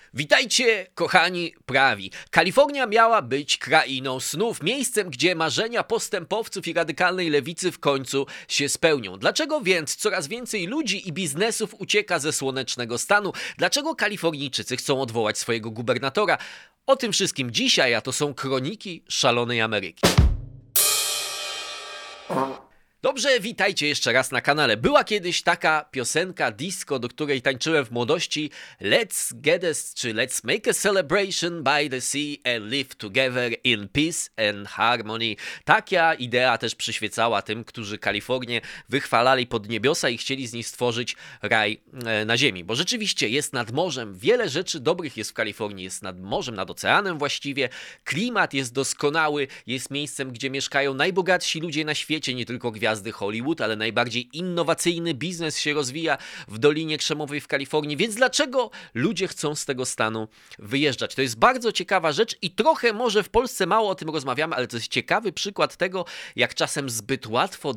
Witajcie, kochani prawi. Kalifornia miała być krainą snów, miejscem, gdzie marzenia postępowców i radykalnej lewicy w końcu się spełnią. Dlaczego więc coraz więcej ludzi i biznesów ucieka ze słonecznego stanu? Dlaczego Kalifornijczycy chcą odwołać swojego gubernatora? O tym wszystkim dzisiaj, a to są kroniki szalonej Ameryki. Dobrze, witajcie jeszcze raz na kanale. Była kiedyś taka piosenka disco, do której tańczyłem w młodości. Let's get us, czy let's make a celebration by the sea and live together in peace and harmony. Taka idea też przyświecała tym, którzy Kalifornię wychwalali pod niebiosa i chcieli z niej stworzyć raj na ziemi. Bo rzeczywiście jest nad morzem, wiele rzeczy dobrych jest w Kalifornii. Jest nad morzem, nad oceanem właściwie. Klimat jest doskonały, jest miejscem, gdzie mieszkają najbogatsi ludzie na świecie, nie tylko gwiazdy Hollywood, ale najbardziej innowacyjny biznes się rozwija w Dolinie Krzemowej w Kalifornii, więc dlaczego ludzie chcą z tego stanu wyjeżdżać? To jest bardzo ciekawa rzecz i trochę może w Polsce mało o tym rozmawiamy, ale to jest ciekawy przykład tego, jak czasem zbyt łatwo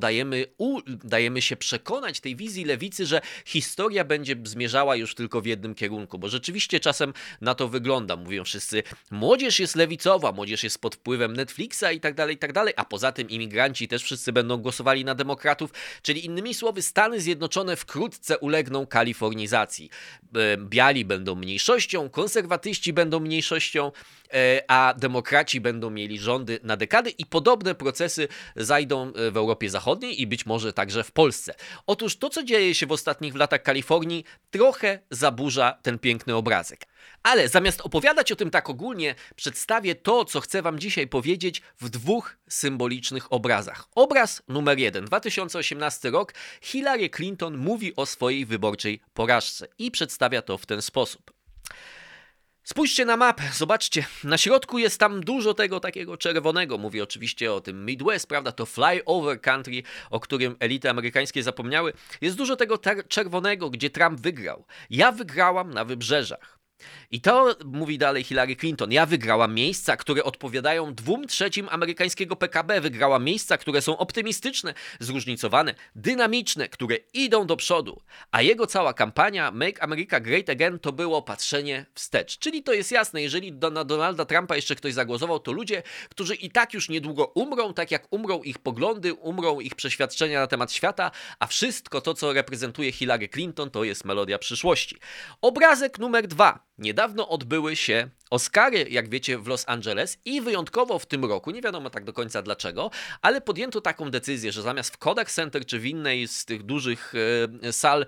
dajemy się przekonać tej wizji lewicy, że historia będzie zmierzała już tylko w jednym kierunku, bo rzeczywiście czasem na to wygląda. Mówią wszyscy, młodzież jest lewicowa, młodzież jest pod wpływem Netflixa i tak dalej, a poza tym imigranci też wszyscy będą głosowali na demokratów, czyli innymi słowy Stany Zjednoczone wkrótce ulegną kalifornizacji. Biali będą mniejszością, konserwatyści będą mniejszością, a demokraci będą mieli rządy na dekady i podobne procesy zajdą w Europie Zachodniej i być może także w Polsce. Otóż to, co dzieje się w ostatnich latach w Kalifornii, trochę zaburza ten piękny obrazek. Ale zamiast opowiadać o tym tak ogólnie, przedstawię to, co chcę wam dzisiaj powiedzieć w dwóch symbolicznych obrazach. Obraz numer 1, 2018 rok, Hillary Clinton mówi o swojej wyborczej porażce i przedstawia to w ten sposób. Spójrzcie na mapę, zobaczcie, na środku jest tam dużo tego takiego czerwonego, mówię oczywiście o tym Midwest, prawda, to flyover country, o którym elity amerykańskie zapomniały. Jest dużo tego czerwonego, gdzie Trump wygrał. Ja wygrałam na wybrzeżach. I to mówi dalej Hillary Clinton. Ja wygrałam miejsca, które odpowiadają 2/3 amerykańskiego PKB. Wygrałam miejsca, które są optymistyczne, zróżnicowane, dynamiczne, które idą do przodu. A jego cała kampania Make America Great Again to było patrzenie wstecz. Czyli to jest jasne, jeżeli na Donalda Trumpa jeszcze ktoś zagłosował, to ludzie, którzy i tak już niedługo umrą, tak jak umrą ich poglądy, umrą ich przeświadczenia na temat świata, a wszystko to, co reprezentuje Hillary Clinton, to jest melodia przyszłości. Obrazek numer 2. Niedawno odbyły się Oscary, jak wiecie, w Los Angeles i wyjątkowo w tym roku, nie wiadomo tak do końca dlaczego, ale podjęto taką decyzję, że zamiast w Kodak Center czy w innej z tych dużych sal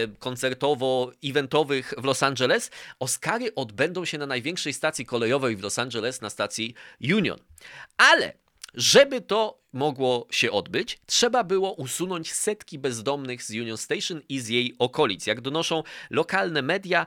koncertowo-eventowych w Los Angeles, Oscary odbędą się na największej stacji kolejowej w Los Angeles, na stacji Union. Ale żeby to mogło się odbyć, trzeba było usunąć setki bezdomnych z Union Station i z jej okolic. Jak donoszą lokalne media,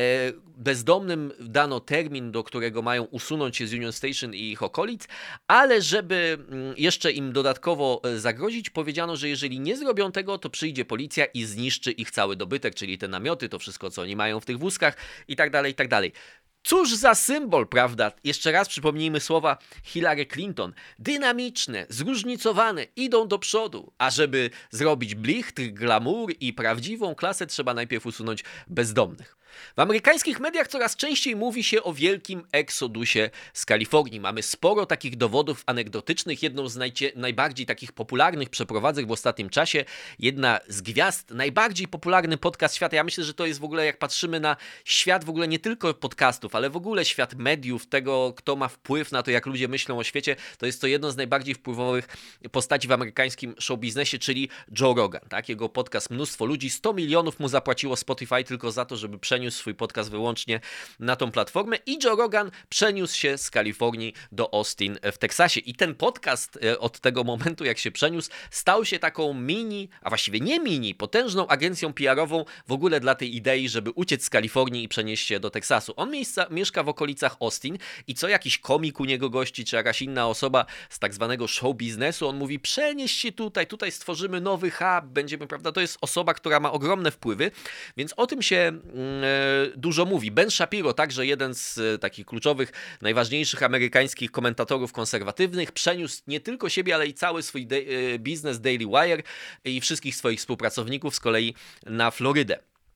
bezdomnym dano termin, do którego mają usunąć się z Union Station i ich okolic, ale żeby jeszcze im dodatkowo zagrozić, powiedziano, że jeżeli nie zrobią tego, to przyjdzie policja i zniszczy ich cały dobytek, czyli te namioty, to wszystko, co oni mają w tych wózkach i tak dalej, i tak dalej. Cóż za symbol, prawda? Jeszcze raz przypomnijmy słowa Hillary Clinton. Dynamiczne, zróżnicowane, idą do przodu. A żeby zrobić blichtr, glamour i prawdziwą klasę, trzeba najpierw usunąć bezdomnych. W amerykańskich mediach coraz częściej mówi się o wielkim eksodusie z Kalifornii. Mamy sporo takich dowodów anegdotycznych. Jedną z najbardziej takich popularnych przeprowadzek w ostatnim czasie, jedna z gwiazd, najbardziej popularny podcast świata. Ja myślę, że to jest w ogóle, jak patrzymy na świat w ogóle nie tylko podcastów, ale w ogóle świat mediów, tego, kto ma wpływ na to, jak ludzie myślą o świecie, to jest to jedno z najbardziej wpływowych postaci w amerykańskim showbiznesie, czyli Joe Rogan. Tak? Jego podcast mnóstwo ludzi, 100 milionów mu zapłaciło Spotify tylko za to, żeby przeniósł swój podcast wyłącznie na tą platformę i Joe Rogan przeniósł się z Kalifornii do Austin w Teksasie. I ten podcast od tego momentu, jak się przeniósł, stał się taką mini, a właściwie nie mini, potężną agencją PR-ową w ogóle dla tej idei, żeby uciec z Kalifornii i przenieść się do Teksasu. On mieszka w okolicach Austin i co jakiś komik u niego gości, czy jakaś inna osoba z tak zwanego show biznesu, on mówi, przenieś się tutaj stworzymy nowy hub, będziemy, prawda, to jest osoba, która ma ogromne wpływy, więc o tym się dużo mówi. Ben Shapiro, także jeden z takich kluczowych, najważniejszych amerykańskich komentatorów konserwatywnych, przeniósł nie tylko siebie, ale i cały swój biznes Daily Wire i wszystkich swoich współpracowników z kolei na Florydę.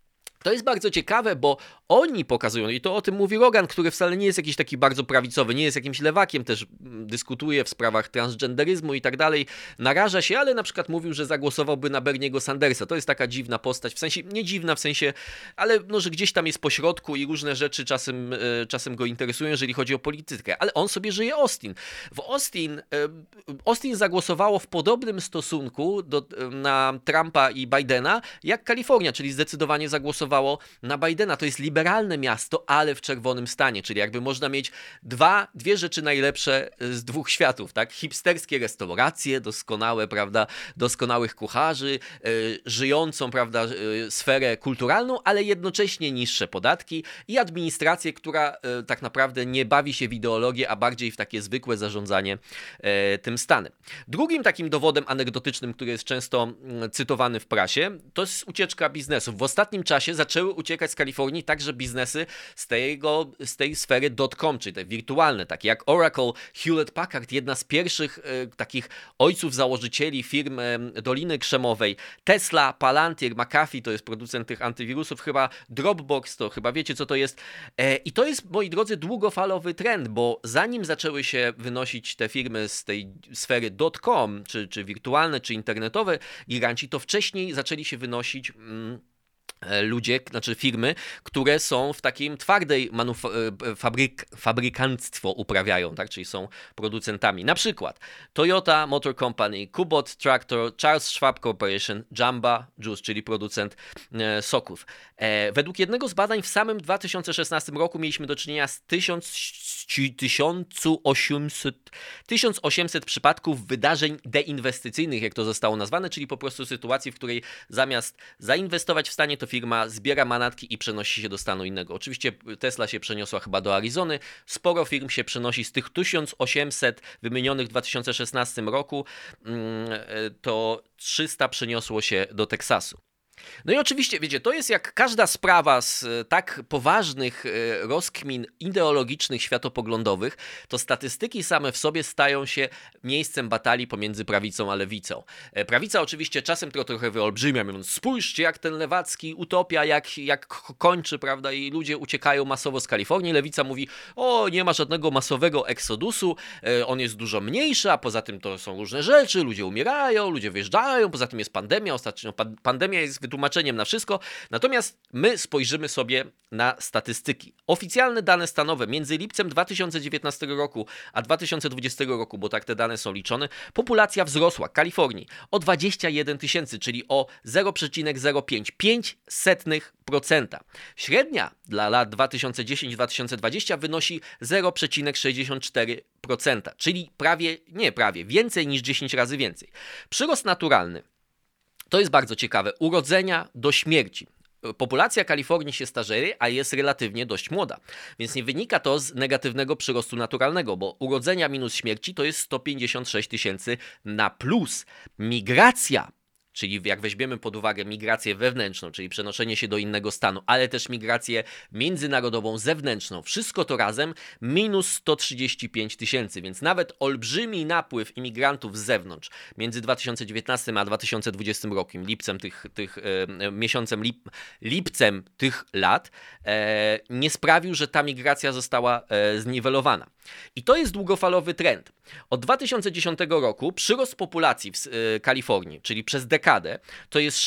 To jest bardzo ciekawe, bo oni pokazują, i to o tym mówi Rogan, który wcale nie jest jakiś taki bardzo prawicowy, nie jest jakimś lewakiem, też dyskutuje w sprawach transgenderyzmu i tak dalej, naraża się, ale na przykład mówił, że zagłosowałby na Berniego Sandersa. To jest taka dziwna postać, w sensie, nie dziwna w sensie, ale no, że gdzieś tam jest pośrodku i różne rzeczy czasem go interesują, jeżeli chodzi o politykę, ale on sobie żyje Austin. Austin zagłosowało w podobnym stosunku na Trumpa i Bidena, jak Kalifornia, czyli zdecydowanie zagłosowało na Bidena. To jest liberalne miasto, ale w czerwonym stanie, czyli jakby można mieć dwie rzeczy najlepsze z dwóch światów, tak? Hipsterskie restauracje, doskonałe, prawda, doskonałych kucharzy, żyjącą, prawda, sferę kulturalną, ale jednocześnie niższe podatki i administrację, która tak naprawdę nie bawi się w ideologię, a bardziej w takie zwykłe zarządzanie tym stanem. Drugim takim dowodem anegdotycznym, który jest często cytowany w prasie, to jest ucieczka biznesów. W ostatnim czasie zaczęły uciekać z Kalifornii także biznesy z tej sfery .com, czyli te wirtualne, takie jak Oracle, Hewlett Packard, jedna z pierwszych takich ojców założycieli firm Doliny Krzemowej, Tesla, Palantir, McAfee, to jest producent tych antywirusów, chyba Dropbox, to chyba wiecie co to jest. I to jest, moi drodzy, długofalowy trend, bo zanim zaczęły się wynosić te firmy z tej sfery .com, czy wirtualne, czy internetowe giganci, to wcześniej zaczęli się wynosić ludzie, znaczy firmy, które są w takim twardej fabrykanstwo uprawiają, tak? Czyli są producentami. Na przykład Toyota Motor Company, Kubot Tractor, Charles Schwab Corporation, Jamba Juice, czyli producent soków. Według jednego z badań w samym 2016 roku mieliśmy do czynienia z 1800 przypadków wydarzeń deinwestycyjnych, jak to zostało nazwane, czyli po prostu sytuacji, w której zamiast zainwestować w stanie, to firma zbiera manatki i przenosi się do stanu innego. Oczywiście Tesla się przeniosła chyba do Arizony, sporo firm się przenosi z tych 1800 wymienionych w 2016 roku, to 300 przeniosło się do Teksasu. No i oczywiście, wiecie, to jest jak każda sprawa z tak poważnych rozkmin ideologicznych, światopoglądowych, to statystyki same w sobie stają się miejscem batalii pomiędzy prawicą a lewicą. Prawica oczywiście czasem to trochę wyolbrzymia, mówiąc, spójrzcie jak ten lewacki utopia, jak kończy, prawda, i ludzie uciekają masowo z Kalifornii. Lewica mówi, o, nie ma żadnego masowego eksodusu, on jest dużo mniejszy, a poza tym to są różne rzeczy, ludzie umierają, ludzie wyjeżdżają, poza tym jest pandemia, ostatnio pandemia jest wytłumaczeniem na wszystko, natomiast my spojrzymy sobie na statystyki. Oficjalne dane stanowe między lipcem 2019 roku a 2020 roku, bo tak te dane są liczone, populacja wzrosła Kalifornii o 21 tysięcy, czyli o 0,05%. Średnia dla lat 2010-2020 wynosi 0,64%, czyli więcej niż 10 razy więcej. Przyrost naturalny. To jest bardzo ciekawe. Urodzenia do śmierci. Populacja Kalifornii się starzeje, a jest relatywnie dość młoda. Więc nie wynika to z negatywnego przyrostu naturalnego, bo urodzenia minus śmierci to jest 156 tysięcy na plus. Migracja, czyli jak weźmiemy pod uwagę migrację wewnętrzną, czyli przenoszenie się do innego stanu, ale też migrację międzynarodową, zewnętrzną, wszystko to razem minus 135 tysięcy, więc nawet olbrzymi napływ imigrantów z zewnątrz między 2019 a 2020 rokiem, lipcem tych lat, nie sprawił, że ta migracja została zniwelowana. I to jest długofalowy trend. Od 2010 roku przyrost populacji w Kalifornii, czyli przez dekadę, to jest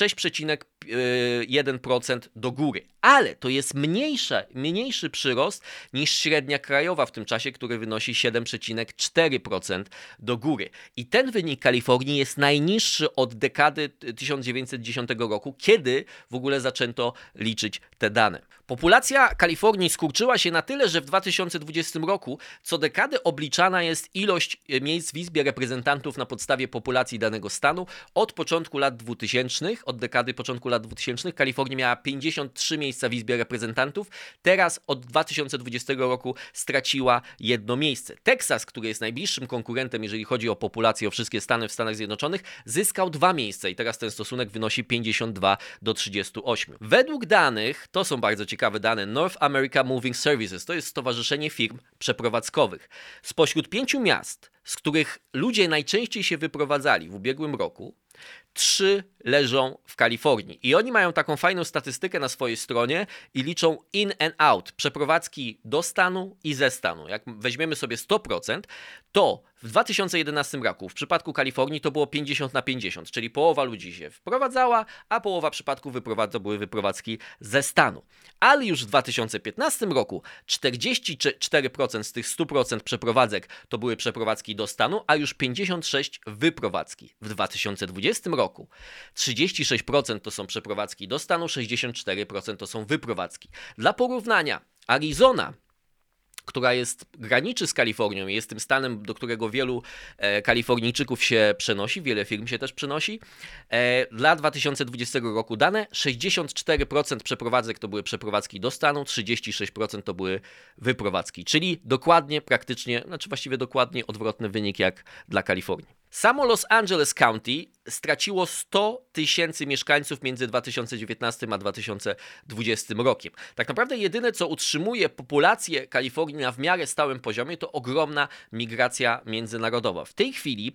6,1% do góry. Ale to jest mniejszy przyrost niż średnia krajowa w tym czasie, który wynosi 7,4% do góry. I ten wynik Kalifornii jest najniższy od dekady 1910 roku, kiedy w ogóle zaczęto liczyć te dane. Populacja Kalifornii skurczyła się na tyle, że w 2020 roku co dekadę obliczana jest ilość miejsc w Izbie Reprezentantów na podstawie populacji danego stanu. Od dekady początku lat 2000 Kalifornia miała 53 miejsca w Izbie Reprezentantów. Teraz od 2020 roku straciła jedno miejsce. Teksas, który jest najbliższym konkurentem, jeżeli chodzi o populację, o wszystkie stany w Stanach Zjednoczonych, zyskał 2 miejsca i teraz ten stosunek wynosi 52 do 38. Według danych, to są bardzo ciekawe dane, North America Moving Services, to jest stowarzyszenie firm przeprowadzkowych. Spośród 5 miast, z których ludzie najczęściej się wyprowadzali w ubiegłym roku, 3 leżą w Kalifornii. I oni mają taką fajną statystykę na swojej stronie i liczą in and out, przeprowadzki do stanu i ze stanu. Jak weźmiemy sobie 100%, to w 2011 roku w przypadku Kalifornii to było 50/50, czyli połowa ludzi się wprowadzała, a połowa przypadków to były wyprowadzki ze stanu. Ale już w 2015 roku 44% z tych 100% przeprowadzek to były przeprowadzki do stanu, a już 56% wyprowadzki. W 2020 roku 36% to są przeprowadzki do stanu, 64% to są wyprowadzki. Dla porównania, Arizona, która graniczy z Kalifornią i jest tym stanem, do którego wielu Kalifornijczyków się przenosi, wiele firm się też przenosi. Dla 2020 roku dane 64% przeprowadzek to były przeprowadzki do stanu, 36% to były wyprowadzki, czyli dokładnie, praktycznie, właściwie dokładnie odwrotny wynik jak dla Kalifornii. Samo Los Angeles County straciło 100 000 mieszkańców między 2019 a 2020 rokiem. Tak naprawdę jedyne, co utrzymuje populację Kalifornii na w miarę stałym poziomie, to ogromna migracja międzynarodowa. W tej chwili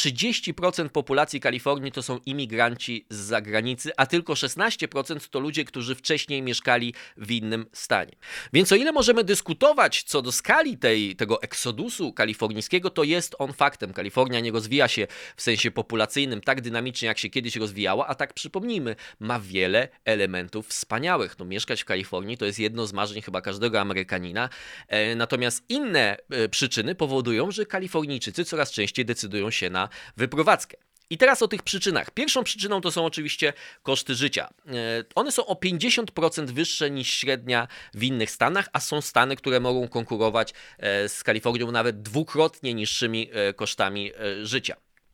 30% populacji Kalifornii to są imigranci z zagranicy, a tylko 16% to ludzie, którzy wcześniej mieszkali w innym stanie. Więc o ile możemy dyskutować co do skali tego eksodusu kalifornijskiego, to jest on faktem. Kalifornia nie rozwija się w sensie populacyjnym tak dynamicznie, jak się kiedyś rozwijała, a tak przypomnijmy, ma wiele elementów wspaniałych. Mieszkać w Kalifornii to jest jedno z marzeń chyba każdego Amerykanina, natomiast inne przyczyny powodują, że Kalifornijczycy coraz częściej decydują się na wyprowadzkę. I teraz o tych przyczynach. Pierwszą przyczyną to są oczywiście koszty życia. One są o 50% wyższe niż średnia w innych stanach, a są stany, które mogą konkurować z Kalifornią nawet dwukrotnie niższymi kosztami życia.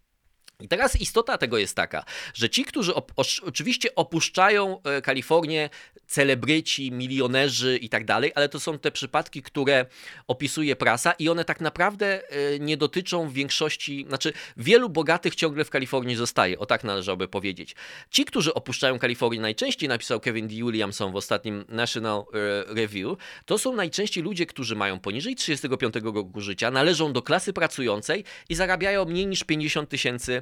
I teraz istota tego jest taka, że ci, którzy oczywiście opuszczają Kalifornię, celebryci, milionerzy i tak dalej, ale to są te przypadki, które opisuje prasa i one tak naprawdę nie dotyczą większości, wielu bogatych ciągle w Kalifornii zostaje, o tak należałoby powiedzieć. Ci, którzy opuszczają Kalifornię najczęściej, napisał Kevin D. Williamson w ostatnim National Review, to są najczęściej ludzie, którzy mają poniżej 35 roku życia, należą do klasy pracującej i zarabiają mniej niż $50,000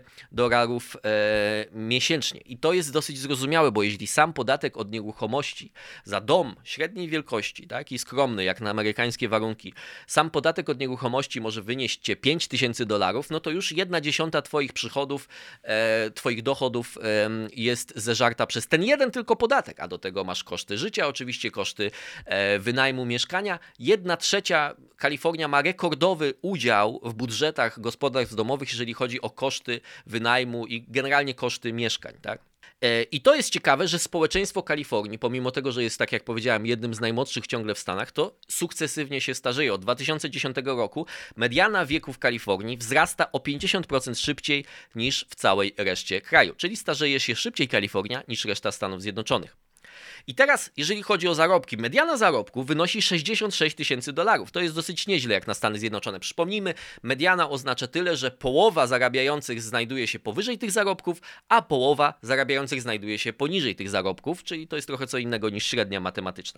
miesięcznie. I to jest dosyć zrozumiałe, bo jeśli sam podatek od nieruchomości za dom średniej wielkości, taki skromny jak na amerykańskie warunki, sam podatek od nieruchomości może wynieść cię $5,000, no to już 1/10 twoich przychodów, twoich dochodów jest zeżarta przez ten jeden tylko podatek, a do tego masz koszty życia, oczywiście koszty wynajmu mieszkania. 1/3 Kalifornia ma rekordowy udział w budżetach gospodarstw domowych, jeżeli chodzi o koszty wynajmu i generalnie koszty mieszkań, tak? I to jest ciekawe, że społeczeństwo Kalifornii, pomimo tego, że jest, tak jak powiedziałem, jednym z najmłodszych ciągle w Stanach, to sukcesywnie się starzeje. Od 2010 roku mediana wieku w Kalifornii wzrasta o 50% szybciej niż w całej reszcie kraju. Czyli starzeje się szybciej Kalifornia niż reszta Stanów Zjednoczonych. I teraz, jeżeli chodzi o zarobki, mediana zarobku wynosi $66,000. To jest dosyć nieźle jak na Stany Zjednoczone. Przypomnijmy, mediana oznacza tyle, że połowa zarabiających znajduje się powyżej tych zarobków, a połowa zarabiających znajduje się poniżej tych zarobków, czyli to jest trochę co innego niż średnia matematyczna.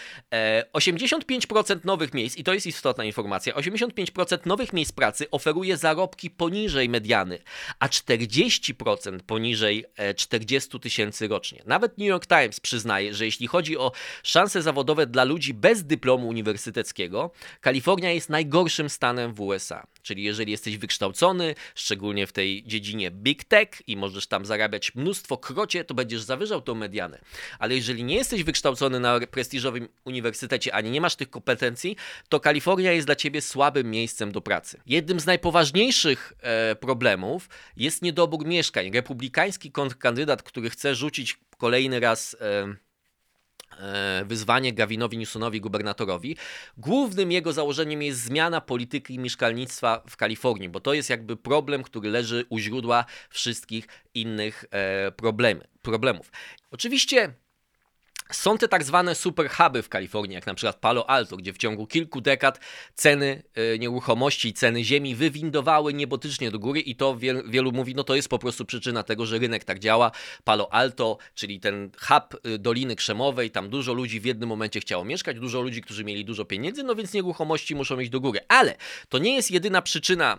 85% nowych miejsc, i to jest istotna informacja, 85% nowych miejsc pracy oferuje zarobki poniżej mediany, a 40% poniżej 40,000 rocznie. Nawet New York Times przyznaje, że jeśli chodzi o szanse zawodowe dla ludzi bez dyplomu uniwersyteckiego, Kalifornia jest najgorszym stanem w USA. Czyli jeżeli jesteś wykształcony, szczególnie w tej dziedzinie Big Tech i możesz tam zarabiać mnóstwo krocie, to będziesz zawyżał tą medianę. Ale jeżeli nie jesteś wykształcony na prestiżowym uniwersytecie, ani nie masz tych kompetencji, to Kalifornia jest dla ciebie słabym miejscem do pracy. Jednym z najpoważniejszych problemów jest niedobór mieszkań. Republikański kontrkandydat, który chce rzucić kolejny raz wyzwanie Gavinowi Newsomowi, gubernatorowi. Głównym jego założeniem jest zmiana polityki mieszkalnictwa w Kalifornii, bo to jest jakby problem, który leży u źródła wszystkich innych problemów. Oczywiście Są te tak zwane super huby w Kalifornii, jak na przykład Palo Alto, gdzie w ciągu kilku dekad ceny nieruchomości, ceny ziemi wywindowały niebotycznie do góry i to wielu mówi, no to jest po prostu przyczyna tego, że rynek tak działa. Palo Alto, czyli ten hub Doliny Krzemowej, tam dużo ludzi w jednym momencie chciało mieszkać, dużo ludzi, którzy mieli dużo pieniędzy, no więc nieruchomości muszą iść do góry. Ale to nie jest jedyna przyczyna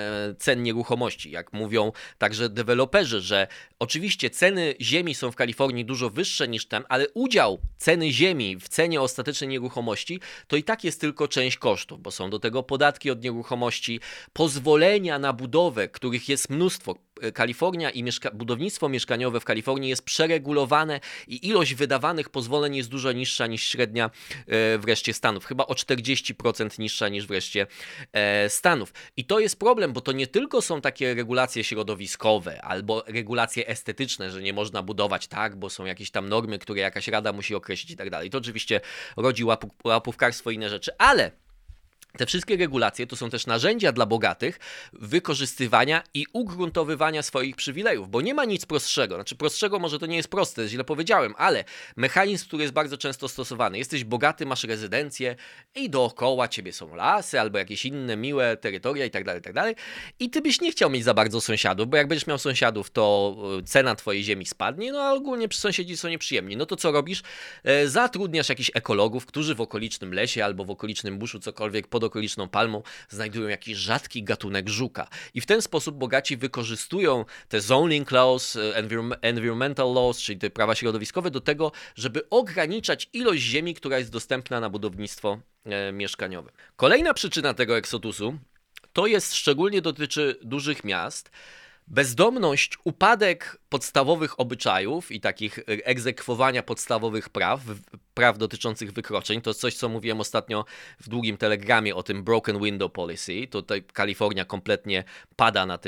cen nieruchomości, jak mówią także deweloperzy, że oczywiście ceny ziemi są w Kalifornii dużo wyższe niż tam, ale udział ceny ziemi w cenie ostatecznej nieruchomości to i tak jest tylko część kosztów, bo są do tego podatki od nieruchomości, pozwolenia na budowę, których jest mnóstwo. Kalifornia i budownictwo mieszkaniowe w Kalifornii jest przeregulowane i ilość wydawanych pozwoleń jest dużo niższa niż średnia w reszcie Stanów. Chyba o 40% niższa niż w reszcie Stanów. I to jest problem, bo to nie tylko są takie regulacje środowiskowe albo regulacje estetyczne, że nie można budować tak, bo są jakieś tam normy, które jakaś rada musi określić i tak dalej. To oczywiście rodzi łapówkarstwo i inne rzeczy, ale te wszystkie regulacje to są też narzędzia dla bogatych wykorzystywania i ugruntowywania swoich przywilejów, bo nie ma nic prostszego. Znaczy prostszego może to nie jest proste, źle powiedziałem, ale mechanizm, który jest bardzo często stosowany. Jesteś bogaty, masz rezydencję i dookoła ciebie są lasy albo jakieś inne miłe terytoria i tak dalej, i tak dalej. I ty byś nie chciał mieć za bardzo sąsiadów, bo jak będziesz miał sąsiadów, to cena twojej ziemi spadnie, no a ogólnie sąsiedzi są nieprzyjemni. No to co robisz? Zatrudniasz jakichś ekologów, którzy w okolicznym lesie albo w okolicznym buszu, cokolwiek, pod okoliczną palmą znajdują jakiś rzadki gatunek żuka. I w ten sposób bogaci wykorzystują te zoning laws, environmental laws, czyli te prawa środowiskowe do tego, żeby ograniczać ilość ziemi, która jest dostępna na budownictwo mieszkaniowe. Kolejna przyczyna tego eksodusu to jest, szczególnie dotyczy dużych miast, bezdomność, upadek podstawowych obyczajów i takich egzekwowania podstawowych praw dotyczących wykroczeń. To jest coś, co mówiłem ostatnio w długim telegramie o tym broken window policy. Tutaj Kalifornia kompletnie pada na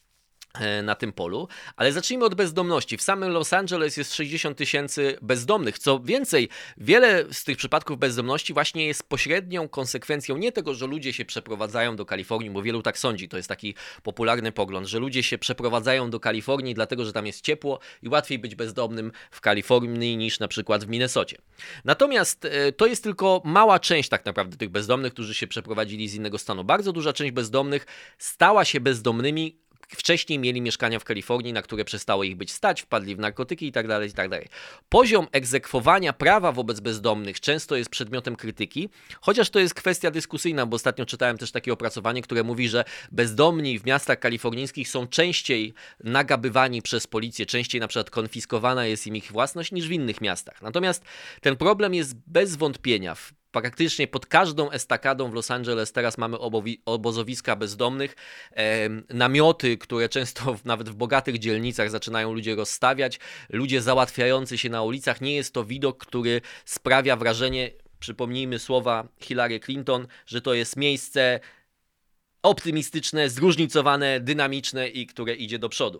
tym polu, ale zacznijmy od bezdomności. W samym Los Angeles jest 60 000 bezdomnych. Co więcej, wiele z tych przypadków bezdomności właśnie jest pośrednią konsekwencją nie tego, że ludzie się przeprowadzają do Kalifornii, bo wielu tak sądzi, to jest taki popularny pogląd, że ludzie się przeprowadzają do Kalifornii dlatego, że tam jest ciepło i łatwiej być bezdomnym w Kalifornii niż na przykład w Minnesocie. Natomiast to jest tylko mała część tak naprawdę tych bezdomnych, którzy się przeprowadzili z innego stanu. Bardzo duża część bezdomnych stała się bezdomnymi. Wcześniej mieli mieszkania w Kalifornii, na które przestało ich być stać, wpadli w narkotyki itd., itd. Poziom egzekwowania prawa wobec bezdomnych często jest przedmiotem krytyki, chociaż to jest kwestia dyskusyjna, bo ostatnio czytałem też takie opracowanie, które mówi, że bezdomni w miastach kalifornijskich są częściej nagabywani przez policję, częściej na przykład konfiskowana jest im ich własność niż w innych miastach. Natomiast ten problem jest bez wątpienia praktycznie pod każdą estakadą w Los Angeles teraz mamy obozowiska bezdomnych, namioty, które często nawet w bogatych dzielnicach zaczynają ludzie rozstawiać, ludzie załatwiający się na ulicach. Nie jest to widok, który sprawia wrażenie, przypomnijmy słowa Hillary Clinton, że to jest miejsce optymistyczne, zróżnicowane, dynamiczne i które idzie do przodu.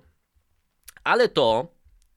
Ale to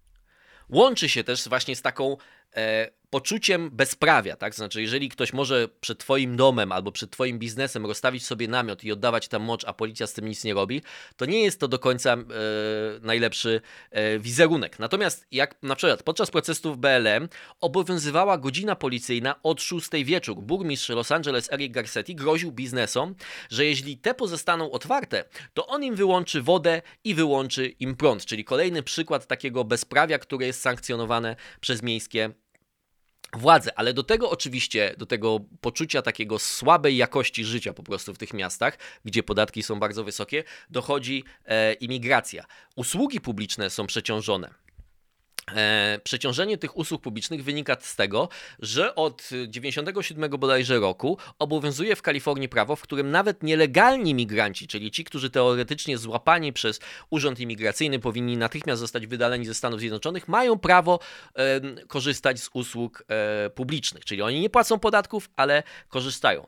łączy się też właśnie z taką poczuciem bezprawia, tak? Znaczy, jeżeli ktoś może przed twoim domem albo przed twoim biznesem rozstawić sobie namiot i oddawać tam mocz, a policja z tym nic nie robi, to nie jest to do końca najlepszy wizerunek. Natomiast jak na przykład podczas protestów BLM obowiązywała godzina policyjna od 6 wieczór. Burmistrz Los Angeles Eric Garcetti groził biznesom, że jeśli te pozostaną otwarte, to on im wyłączy wodę i wyłączy im prąd. Czyli kolejny przykład takiego bezprawia, które jest sankcjonowane przez miejskie władze, ale do tego oczywiście, do tego poczucia takiego słabej jakości życia po prostu w tych miastach, gdzie podatki są bardzo wysokie, dochodzi imigracja. Usługi publiczne są przeciążone. Przeciążenie tych usług publicznych wynika z tego, że od 97 bodajże roku obowiązuje w Kalifornii prawo, w którym nawet nielegalni migranci, czyli ci, którzy teoretycznie złapani przez Urząd Imigracyjny powinni natychmiast zostać wydaleni ze Stanów Zjednoczonych, mają prawo korzystać z usług publicznych, czyli oni nie płacą podatków, ale korzystają.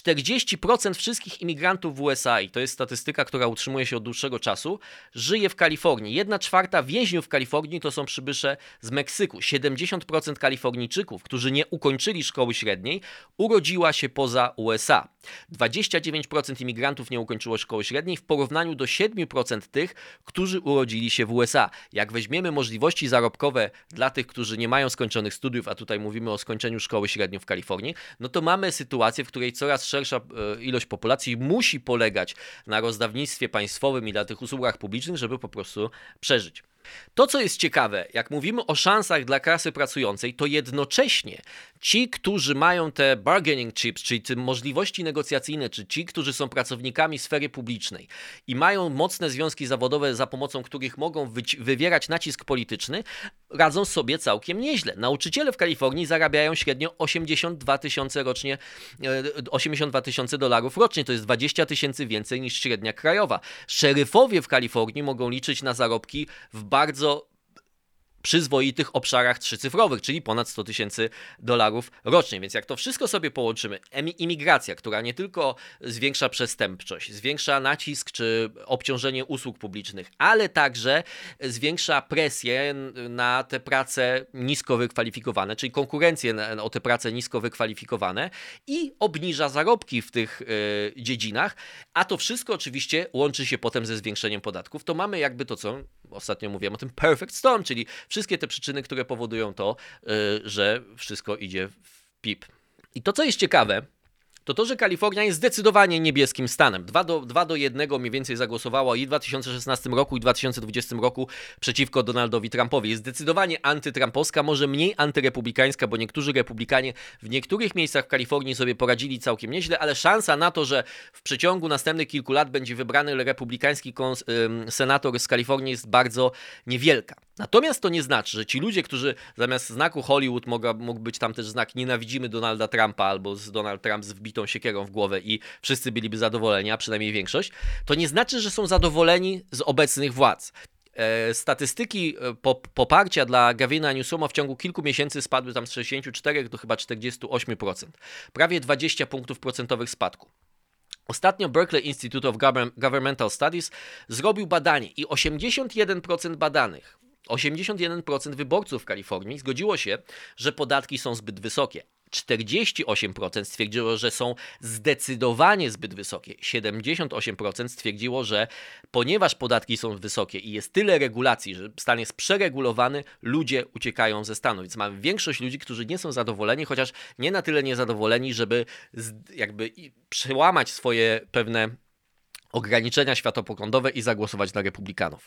40% wszystkich imigrantów w USA, i to jest statystyka, która utrzymuje się od dłuższego czasu, żyje w Kalifornii. 1/4 więźniów w Kalifornii to są przybysze zawodowe z Meksyku. 70% Kalifornijczyków, którzy nie ukończyli szkoły średniej, urodziła się poza USA. 29% imigrantów nie ukończyło szkoły średniej w porównaniu do 7% tych, którzy urodzili się w USA. Jak weźmiemy możliwości zarobkowe dla tych, którzy nie mają skończonych studiów, a tutaj mówimy o skończeniu szkoły średniej w Kalifornii, no to mamy sytuację, w której coraz szersza ilość populacji musi polegać na rozdawnictwie państwowym i na tych usługach publicznych, żeby po prostu przeżyć. To, co jest ciekawe, jak mówimy o szansach dla klasy pracującej, to jednocześnie ci, którzy mają te bargaining chips, czyli te możliwości negocjacyjne, czy ci, którzy są pracownikami sfery publicznej i mają mocne związki zawodowe, za pomocą których mogą wywierać nacisk polityczny, radzą sobie całkiem nieźle. Nauczyciele w Kalifornii zarabiają średnio 82 tysiące rocznie, $82,000 rocznie, to jest 20 tysięcy więcej niż średnia krajowa. Szeryfowie w Kalifornii mogą liczyć na zarobki w bardzo przyzwoitych obszarach trzycyfrowych, czyli ponad $100,000 rocznie. Więc jak to wszystko sobie połączymy, imigracja, która nie tylko zwiększa przestępczość, zwiększa nacisk czy obciążenie usług publicznych, ale także zwiększa presję na te prace nisko wykwalifikowane, czyli konkurencję o te prace nisko wykwalifikowane i obniża zarobki w tych dziedzinach, a to wszystko oczywiście łączy się potem ze zwiększeniem podatków, to mamy jakby to, co ostatnio mówiłem o tym perfect storm, czyli wszystkie te przyczyny, które powodują to, że wszystko idzie w pip. I to, co jest ciekawe, to, że Kalifornia jest zdecydowanie niebieskim stanem. 2 do 1 mniej więcej zagłosowało i w 2016 roku i 2020 roku przeciwko Donaldowi Trumpowi. Jest zdecydowanie antytrumpowska, może mniej antyrepublikańska, bo niektórzy republikanie w niektórych miejscach w Kalifornii sobie poradzili całkiem nieźle, ale szansa na to, że w przeciągu następnych kilku lat będzie wybrany republikański senator z Kalifornii jest bardzo niewielka. Natomiast to nie znaczy, że ci ludzie, którzy zamiast znaku Hollywood mógł być tam też znak nienawidzimy Donalda Trumpa albo Donald Trump z wbitą siekierą w głowę i wszyscy byliby zadowoleni, a przynajmniej większość, to nie znaczy, że są zadowoleni z obecnych władz. Statystyki poparcia dla Gavina Newsoma w ciągu kilku miesięcy spadły tam z 64 do chyba 48%. Prawie 20 punktów procentowych spadku. Ostatnio Berkeley Institute of Governmental Studies zrobił badanie i 81% badanych, 81% wyborców w Kalifornii zgodziło się, że podatki są zbyt wysokie. 48% stwierdziło, że są zdecydowanie zbyt wysokie. 78% stwierdziło, że ponieważ podatki są wysokie i jest tyle regulacji, że stan jest przeregulowany, ludzie uciekają ze stanu. Więc mamy większość ludzi, którzy nie są zadowoleni, chociaż nie na tyle niezadowoleni, żeby jakby przełamać swoje pewne ograniczenia światopoglądowe i zagłosować na republikanów.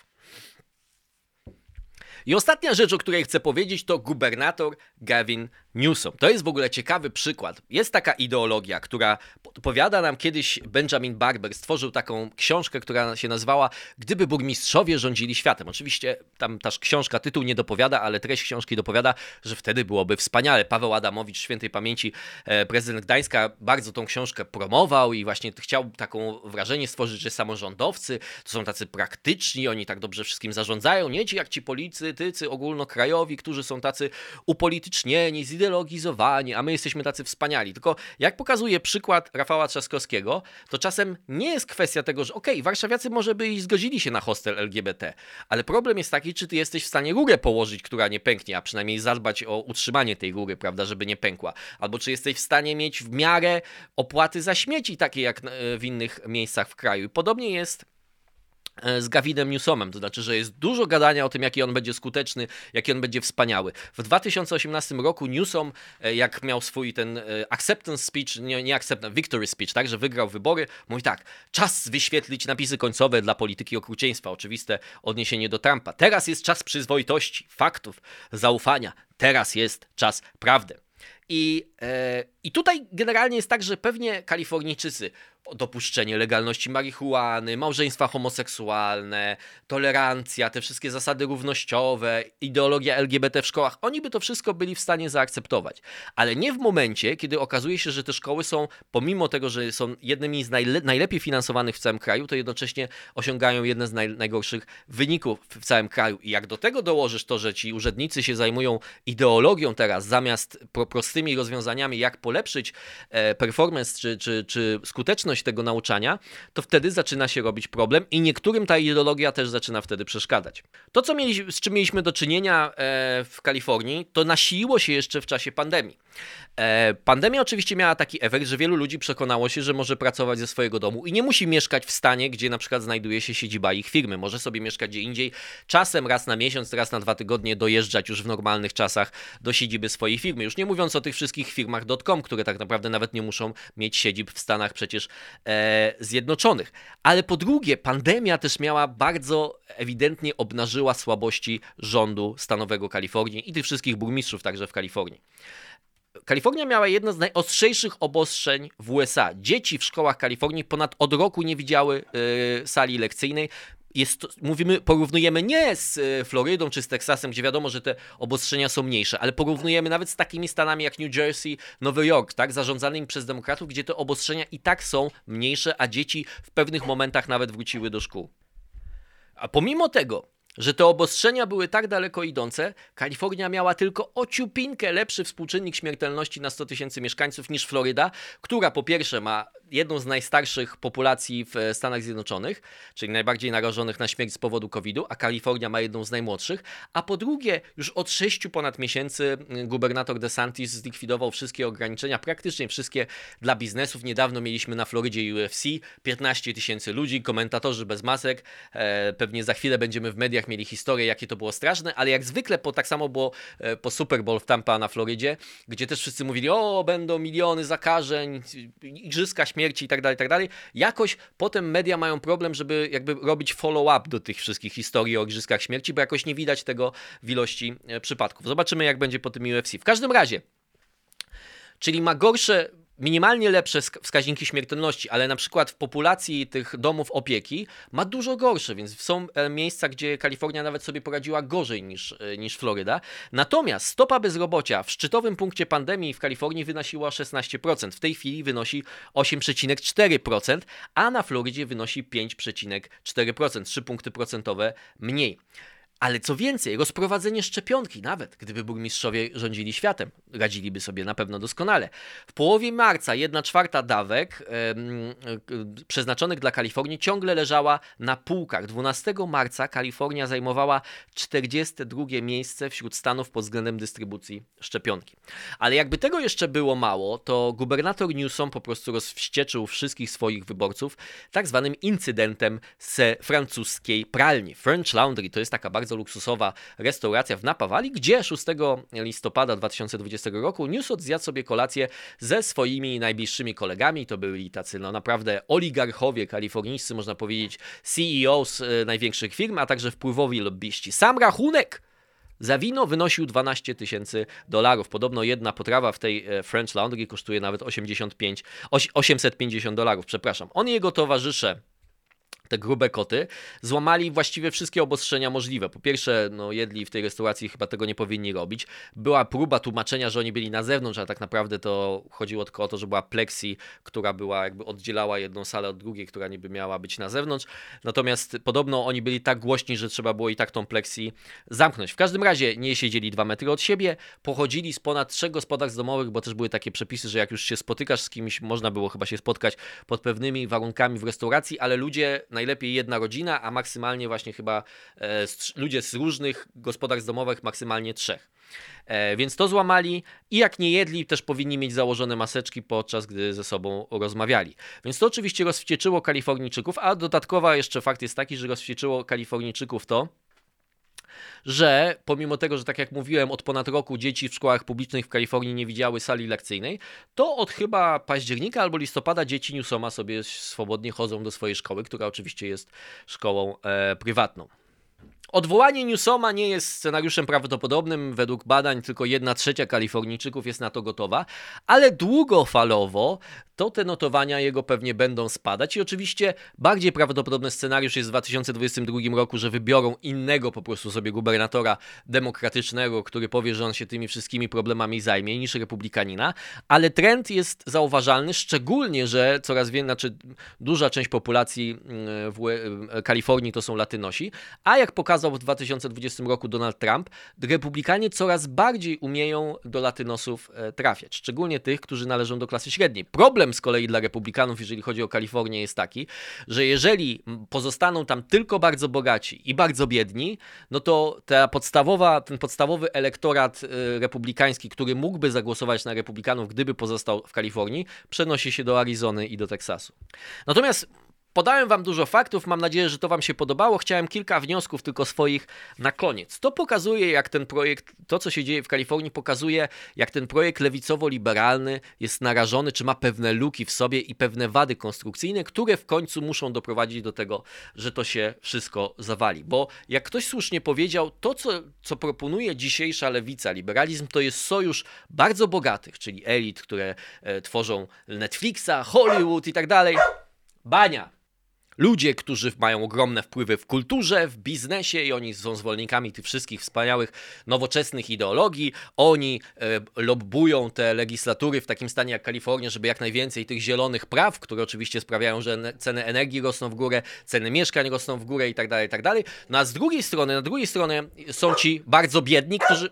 I ostatnia rzecz, o której chcę powiedzieć, to gubernator Gavin Newsom. To jest w ogóle ciekawy przykład. Jest taka ideologia, która podpowiada nam kiedyś Benjamin Barber, stworzył taką książkę, która się nazywała Gdyby burmistrzowie rządzili światem. Oczywiście tam ta książka, tytuł nie dopowiada, ale treść książki dopowiada, że wtedy byłoby wspaniale. Paweł Adamowicz, świętej pamięci, prezydent Gdańska, bardzo tą książkę promował i właśnie chciał taką wrażenie stworzyć, że samorządowcy to są tacy praktyczni, oni tak dobrze wszystkim zarządzają, nie ci jak ci politycy ogólnokrajowi, którzy są tacy upolitycznieni, zideologizowani, a my jesteśmy tacy wspaniali. Tylko jak pokazuje przykład Rafała Trzaskowskiego, to czasem nie jest kwestia tego, że warszawiacy może by i zgodzili się na hostel LGBT, ale problem jest taki, czy ty jesteś w stanie rurę położyć, która nie pęknie, a przynajmniej zadbać o utrzymanie tej rury, prawda, żeby nie pękła. Albo czy jesteś w stanie mieć w miarę opłaty za śmieci, takie jak w innych miejscach w kraju. I podobnie jest z Gavinem Newsomem, to znaczy, że jest dużo gadania o tym, jaki on będzie skuteczny, jaki on będzie wspaniały. W 2018 roku Newsom, jak miał swój ten acceptance speech, victory speech, tak, że wygrał wybory, mówi tak, czas wyświetlić napisy końcowe dla polityki okrucieństwa, oczywiste odniesienie do Trumpa. Teraz jest czas przyzwoitości, faktów, zaufania, teraz jest czas prawdy. I tutaj generalnie jest tak, że pewnie Kalifornijczycy dopuszczenie legalności marihuany, małżeństwa homoseksualne, tolerancja, te wszystkie zasady równościowe, ideologia LGBT w szkołach, oni by to wszystko byli w stanie zaakceptować. Ale nie w momencie, kiedy okazuje się, że te szkoły są, pomimo tego, że są jednymi z najlepiej finansowanych w całym kraju, to jednocześnie osiągają jedne z najgorszych wyników w całym kraju. I jak do tego dołożysz to, że ci urzędnicy się zajmują ideologią teraz, zamiast prostymi rozwiązaniami, jak polepszyć performance czy skuteczność powszechność tego nauczania, to wtedy zaczyna się robić problem i niektórym ta ideologia też zaczyna wtedy przeszkadzać. To, z czym mieliśmy do czynienia w Kalifornii, to nasiliło się jeszcze w czasie pandemii. Pandemia oczywiście miała taki efekt, że wielu ludzi przekonało się, że może pracować ze swojego domu i nie musi mieszkać w stanie, gdzie na przykład znajduje się siedziba ich firmy. Może sobie mieszkać gdzie indziej, czasem raz na miesiąc, raz na 2 tygodnie dojeżdżać już w normalnych czasach do siedziby swojej firmy. Już nie mówiąc o tych wszystkich firmach .com, które tak naprawdę nawet nie muszą mieć siedzib w Stanach przecież Zjednoczonych. Ale po drugie, pandemia też miała bardzo ewidentnie obnażyła słabości rządu stanowego Kalifornii i tych wszystkich burmistrzów także w Kalifornii. Kalifornia miała jedno z najostrzejszych obostrzeń w USA. Dzieci w szkołach Kalifornii od roku nie widziały sali lekcyjnej. Porównujemy nie z Florydą czy z Teksasem, gdzie wiadomo, że te obostrzenia są mniejsze, ale porównujemy nawet z takimi stanami jak New Jersey, Nowy Jork, tak, zarządzanymi przez demokratów, gdzie te obostrzenia i tak są mniejsze, a dzieci w pewnych momentach nawet wróciły do szkół. A pomimo tego, że te obostrzenia były tak daleko idące, Kalifornia miała tylko o ciupinkę lepszy współczynnik śmiertelności na 100 tysięcy mieszkańców niż Floryda, która po pierwsze ma jedną z najstarszych populacji w Stanach Zjednoczonych, czyli najbardziej narażonych na śmierć z powodu COVID-u, a Kalifornia ma jedną z najmłodszych, a po drugie już od 6 ponad miesięcy gubernator DeSantis zlikwidował wszystkie ograniczenia, praktycznie wszystkie dla biznesów. Niedawno mieliśmy na Florydzie UFC, 15 tysięcy ludzi, komentatorzy bez masek, pewnie za chwilę będziemy w mediach mieli historię, jakie to było straszne, ale jak zwykle tak samo było po Super Bowl w Tampa na Florydzie, gdzie też wszyscy mówili, będą miliony zakażeń, igrzyska śmierci i tak dalej. Jakoś potem media mają problem, żeby jakby robić follow-up do tych wszystkich historii o igrzyskach śmierci, bo jakoś nie widać tego w ilości przypadków. Zobaczymy, jak będzie po tym UFC. W każdym razie, czyli ma minimalnie lepsze wskaźniki śmiertelności, ale na przykład w populacji tych domów opieki ma dużo gorsze, więc są miejsca, gdzie Kalifornia nawet sobie poradziła gorzej niż Floryda. Natomiast stopa bezrobocia w szczytowym punkcie pandemii w Kalifornii wynosiła 16%. W tej chwili wynosi 8,4%, a na Florydzie wynosi 5,4%, 3 punkty procentowe mniej. Ale co więcej, rozprowadzenie szczepionki, nawet gdyby burmistrzowie rządzili światem, radziliby sobie na pewno doskonale. W połowie marca 1/4 dawek przeznaczonych dla Kalifornii ciągle leżała na półkach. 12 marca Kalifornia zajmowała 42 miejsce wśród stanów pod względem dystrybucji szczepionki. Ale jakby tego jeszcze było mało, to gubernator Newsom po prostu rozwścieczył wszystkich swoich wyborców tak zwanym incydentem z francuskiej pralni. French Laundry to jest taka bardzo luksusowa restauracja w Napa Valley, gdzie 6 listopada 2020 roku Newsom zjadł sobie kolację ze swoimi najbliższymi kolegami. To byli tacy naprawdę oligarchowie kalifornijscy, można powiedzieć CEO z największych firm, a także wpływowi lobbyści. Sam rachunek za wino wynosił $12,000. Podobno jedna potrawa w tej French Laundry kosztuje nawet $850. Przepraszam. On i jego towarzysze, te grube koty, złamali właściwie wszystkie obostrzenia możliwe. Po pierwsze, jedli w tej restauracji, chyba tego nie powinni robić. Była próba tłumaczenia, że oni byli na zewnątrz, ale tak naprawdę to chodziło tylko o to, że była plexi, która była jakby oddzielała jedną salę od drugiej, która niby miała być na zewnątrz. Natomiast podobno oni byli tak głośni, że trzeba było i tak tą plexi zamknąć. W każdym razie nie siedzieli 2 metry od siebie, pochodzili z ponad 3 gospodarstw domowych, bo też były takie przepisy, że jak już się spotykasz z kimś, można było chyba się spotkać pod pewnymi warunkami w restauracji, ale ludzie, najlepiej jedna rodzina, a maksymalnie właśnie chyba ludzie z różnych gospodarstw domowych, maksymalnie 3. Więc to złamali i jak nie jedli, też powinni mieć założone maseczki podczas gdy ze sobą rozmawiali. Więc to oczywiście rozwścieczyło Kalifornijczyków, a dodatkowo jeszcze fakt jest taki, że rozwścieczyło Kalifornijczyków to, że pomimo tego, że tak jak mówiłem, od ponad roku dzieci w szkołach publicznych w Kalifornii nie widziały sali lekcyjnej, to od chyba października albo listopada dzieci Newsoma sobie swobodnie chodzą do swojej szkoły, która oczywiście jest szkołą prywatną. Odwołanie Newsoma nie jest scenariuszem prawdopodobnym. Według badań tylko 1/3 Kalifornijczyków jest na to gotowa, ale długofalowo to te notowania jego pewnie będą spadać i oczywiście bardziej prawdopodobny scenariusz jest w 2022 roku, że wybiorą innego po prostu sobie gubernatora demokratycznego, który powie, że on się tymi wszystkimi problemami zajmie, niż republikanina, ale trend jest zauważalny, szczególnie, że duża część populacji w Kalifornii to są Latynosi, a jak pokazuje pokazał w 2020 roku Donald Trump, republikanie coraz bardziej umieją do latynosów trafiać, szczególnie tych, którzy należą do klasy średniej. Problem z kolei dla republikanów, jeżeli chodzi o Kalifornię, jest taki, że jeżeli pozostaną tam tylko bardzo bogaci i bardzo biedni, no to ten podstawowy elektorat republikański, który mógłby zagłosować na republikanów, gdyby pozostał w Kalifornii, przenosi się do Arizony i do Teksasu. Natomiast podałem wam dużo faktów, mam nadzieję, że to wam się podobało. Chciałem kilka wniosków tylko swoich na koniec. To pokazuje, jak ten projekt, to co się dzieje w Kalifornii, pokazuje, jak ten projekt lewicowo-liberalny jest narażony, czy ma pewne luki w sobie i pewne wady konstrukcyjne, które w końcu muszą doprowadzić do tego, że to się wszystko zawali. Bo jak ktoś słusznie powiedział, to co proponuje dzisiejsza lewica, liberalizm, to jest sojusz bardzo bogatych, czyli elit, które tworzą Netflixa, Hollywood i tak dalej. Bania. Ludzie, którzy mają ogromne wpływy w kulturze, w biznesie i oni są zwolennikami tych wszystkich wspaniałych, nowoczesnych ideologii. Oni lobbują te legislatury w takim stanie jak Kalifornia, żeby jak najwięcej tych zielonych praw, które oczywiście sprawiają, że ceny energii rosną w górę, ceny mieszkań rosną w górę i tak dalej, i tak dalej. No a z drugiej strony, na drugiej stronie są ci bardzo biedni, którzy...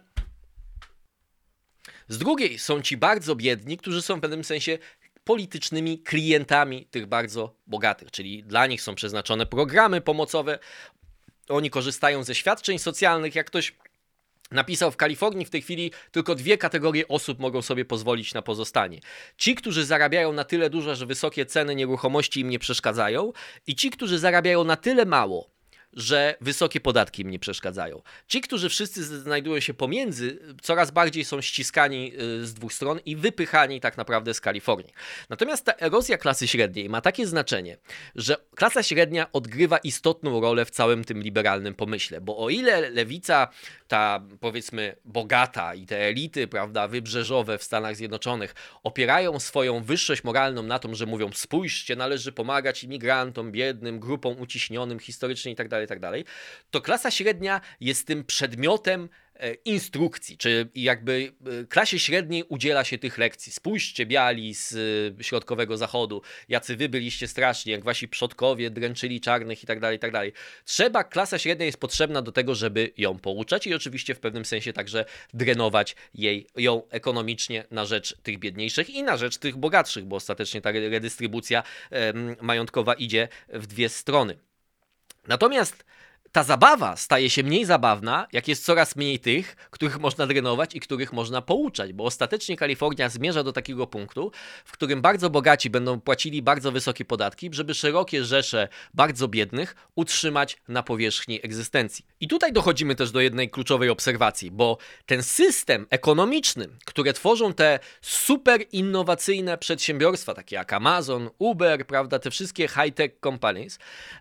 Z drugiej są ci bardzo biedni, którzy są w pewnym sensie politycznymi klientami tych bardzo bogatych, czyli dla nich są przeznaczone programy pomocowe, oni korzystają ze świadczeń socjalnych. Jak ktoś napisał, w Kalifornii w tej chwili tylko 2 kategorie osób mogą sobie pozwolić na pozostanie. Ci, którzy zarabiają na tyle dużo, że wysokie ceny nieruchomości im nie przeszkadzają, i ci, którzy zarabiają na tyle mało, że wysokie podatki im nie przeszkadzają. Ci, którzy wszyscy znajdują się pomiędzy, coraz bardziej są ściskani z dwóch stron i wypychani tak naprawdę z Kalifornii. Natomiast ta erozja klasy średniej ma takie znaczenie, że klasa średnia odgrywa istotną rolę w całym tym liberalnym pomyśle, bo o ile lewica, ta powiedzmy bogata i te elity, prawda, wybrzeżowe w Stanach Zjednoczonych opierają swoją wyższość moralną na tym, że mówią: spójrzcie, należy pomagać imigrantom, biednym, grupom uciśnionym historycznie itd., to klasa średnia jest tym przedmiotem instrukcji, czy jakby klasie średniej udziela się tych lekcji. Spójrzcie, biali z środkowego zachodu, jacy wy byliście straszni, jak wasi przodkowie dręczyli czarnych itd. Klasa średnia jest potrzebna do tego, żeby ją pouczać i oczywiście w pewnym sensie także drenować ją ekonomicznie na rzecz tych biedniejszych i na rzecz tych bogatszych, bo ostatecznie ta redystrybucja majątkowa idzie w dwie strony. Natomiast ta zabawa staje się mniej zabawna, jak jest coraz mniej tych, których można drenować i których można pouczać, bo ostatecznie Kalifornia zmierza do takiego punktu, w którym bardzo bogaci będą płacili bardzo wysokie podatki, żeby szerokie rzesze bardzo biednych utrzymać na powierzchni egzystencji. I tutaj dochodzimy też do jednej kluczowej obserwacji, bo ten system ekonomiczny, które tworzą te super innowacyjne przedsiębiorstwa, takie jak Amazon, Uber, prawda, te wszystkie high-tech companies,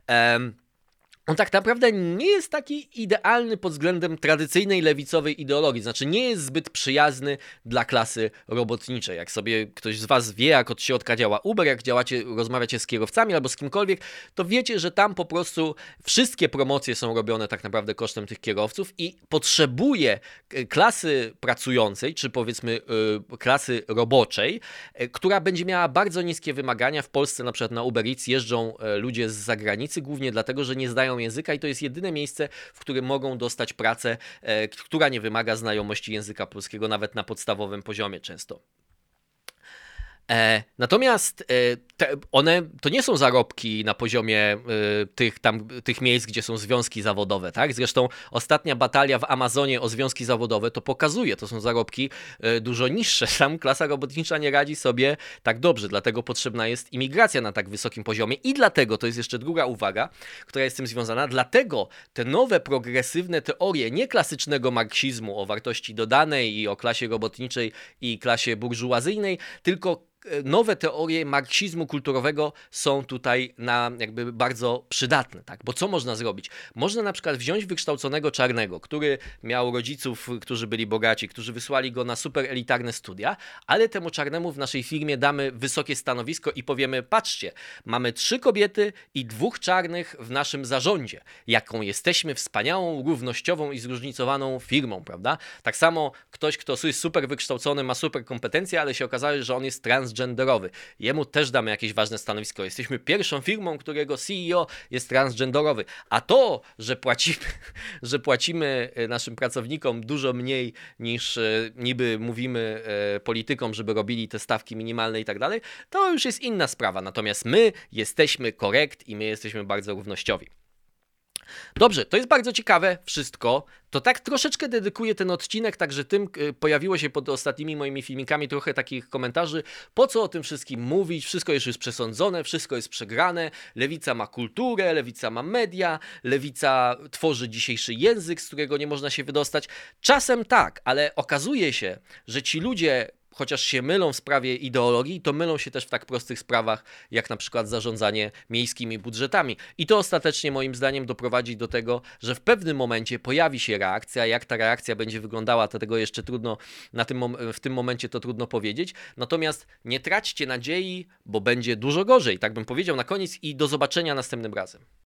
on tak naprawdę nie jest taki idealny pod względem tradycyjnej lewicowej ideologii, znaczy nie jest zbyt przyjazny dla klasy robotniczej. Jak sobie ktoś z was wie, jak od środka działa Uber, jak rozmawiacie z kierowcami albo z kimkolwiek, to wiecie, że tam po prostu wszystkie promocje są robione tak naprawdę kosztem tych kierowców i potrzebuje klasy pracującej, czy powiedzmy klasy roboczej, która będzie miała bardzo niskie wymagania. W Polsce na przykład na Uber Eats jeżdżą ludzie z zagranicy, głównie dlatego, że nie zdają języka i to jest jedyne miejsce, w którym mogą dostać pracę, która nie wymaga znajomości języka polskiego nawet na podstawowym poziomie często. Natomiast one to nie są zarobki na poziomie tych miejsc, gdzie są związki zawodowe, tak? Zresztą ostatnia batalia w Amazonie o związki zawodowe to pokazuje, to są zarobki dużo niższe. Tam klasa robotnicza nie radzi sobie tak dobrze, dlatego potrzebna jest imigracja na tak wysokim poziomie i dlatego, to jest jeszcze druga uwaga, która jest z tym związana, dlatego te nowe progresywne teorie nieklasycznego marksizmu o wartości dodanej i o klasie robotniczej i klasie burżuazyjnej, tylko nowe teorie marksizmu kulturowego są tutaj jakby bardzo przydatne, tak? Bo co można zrobić? Można na przykład wziąć wykształconego czarnego, który miał rodziców, którzy byli bogaci, którzy wysłali go na super elitarne studia, ale temu czarnemu w naszej firmie damy wysokie stanowisko i powiemy: patrzcie, mamy 3 kobiety i 2 czarnych w naszym zarządzie. Jaką jesteśmy wspaniałą, równościową i zróżnicowaną firmą, prawda? Tak samo ktoś, kto jest super wykształcony, ma super kompetencje, ale się okazało, że on jest transgender, transgenderowy. Jemu też damy jakieś ważne stanowisko. Jesteśmy pierwszą firmą, którego CEO jest transgenderowy. A to, że płacimy naszym pracownikom dużo mniej niż niby mówimy politykom, żeby robili te stawki minimalne i tak dalej, to już jest inna sprawa. Natomiast my jesteśmy korekt i my jesteśmy bardzo równościowi. Dobrze, to jest bardzo ciekawe wszystko. To tak troszeczkę dedykuję ten odcinek, także tym pojawiło się pod ostatnimi moimi filmikami trochę takich komentarzy. Po co o tym wszystkim mówić? Wszystko już jest przesądzone, wszystko jest przegrane. Lewica ma kulturę, lewica ma media, lewica tworzy dzisiejszy język, z którego nie można się wydostać. Czasem tak, ale okazuje się, że ci ludzie, chociaż się mylą w sprawie ideologii, to mylą się też w tak prostych sprawach, jak na przykład zarządzanie miejskimi budżetami. I to ostatecznie moim zdaniem doprowadzi do tego, że w pewnym momencie pojawi się reakcja. Jak ta reakcja będzie wyglądała, to tego jeszcze trudno, w tym momencie to trudno powiedzieć. Natomiast nie traćcie nadziei, bo będzie dużo gorzej, tak bym powiedział na koniec i do zobaczenia następnym razem.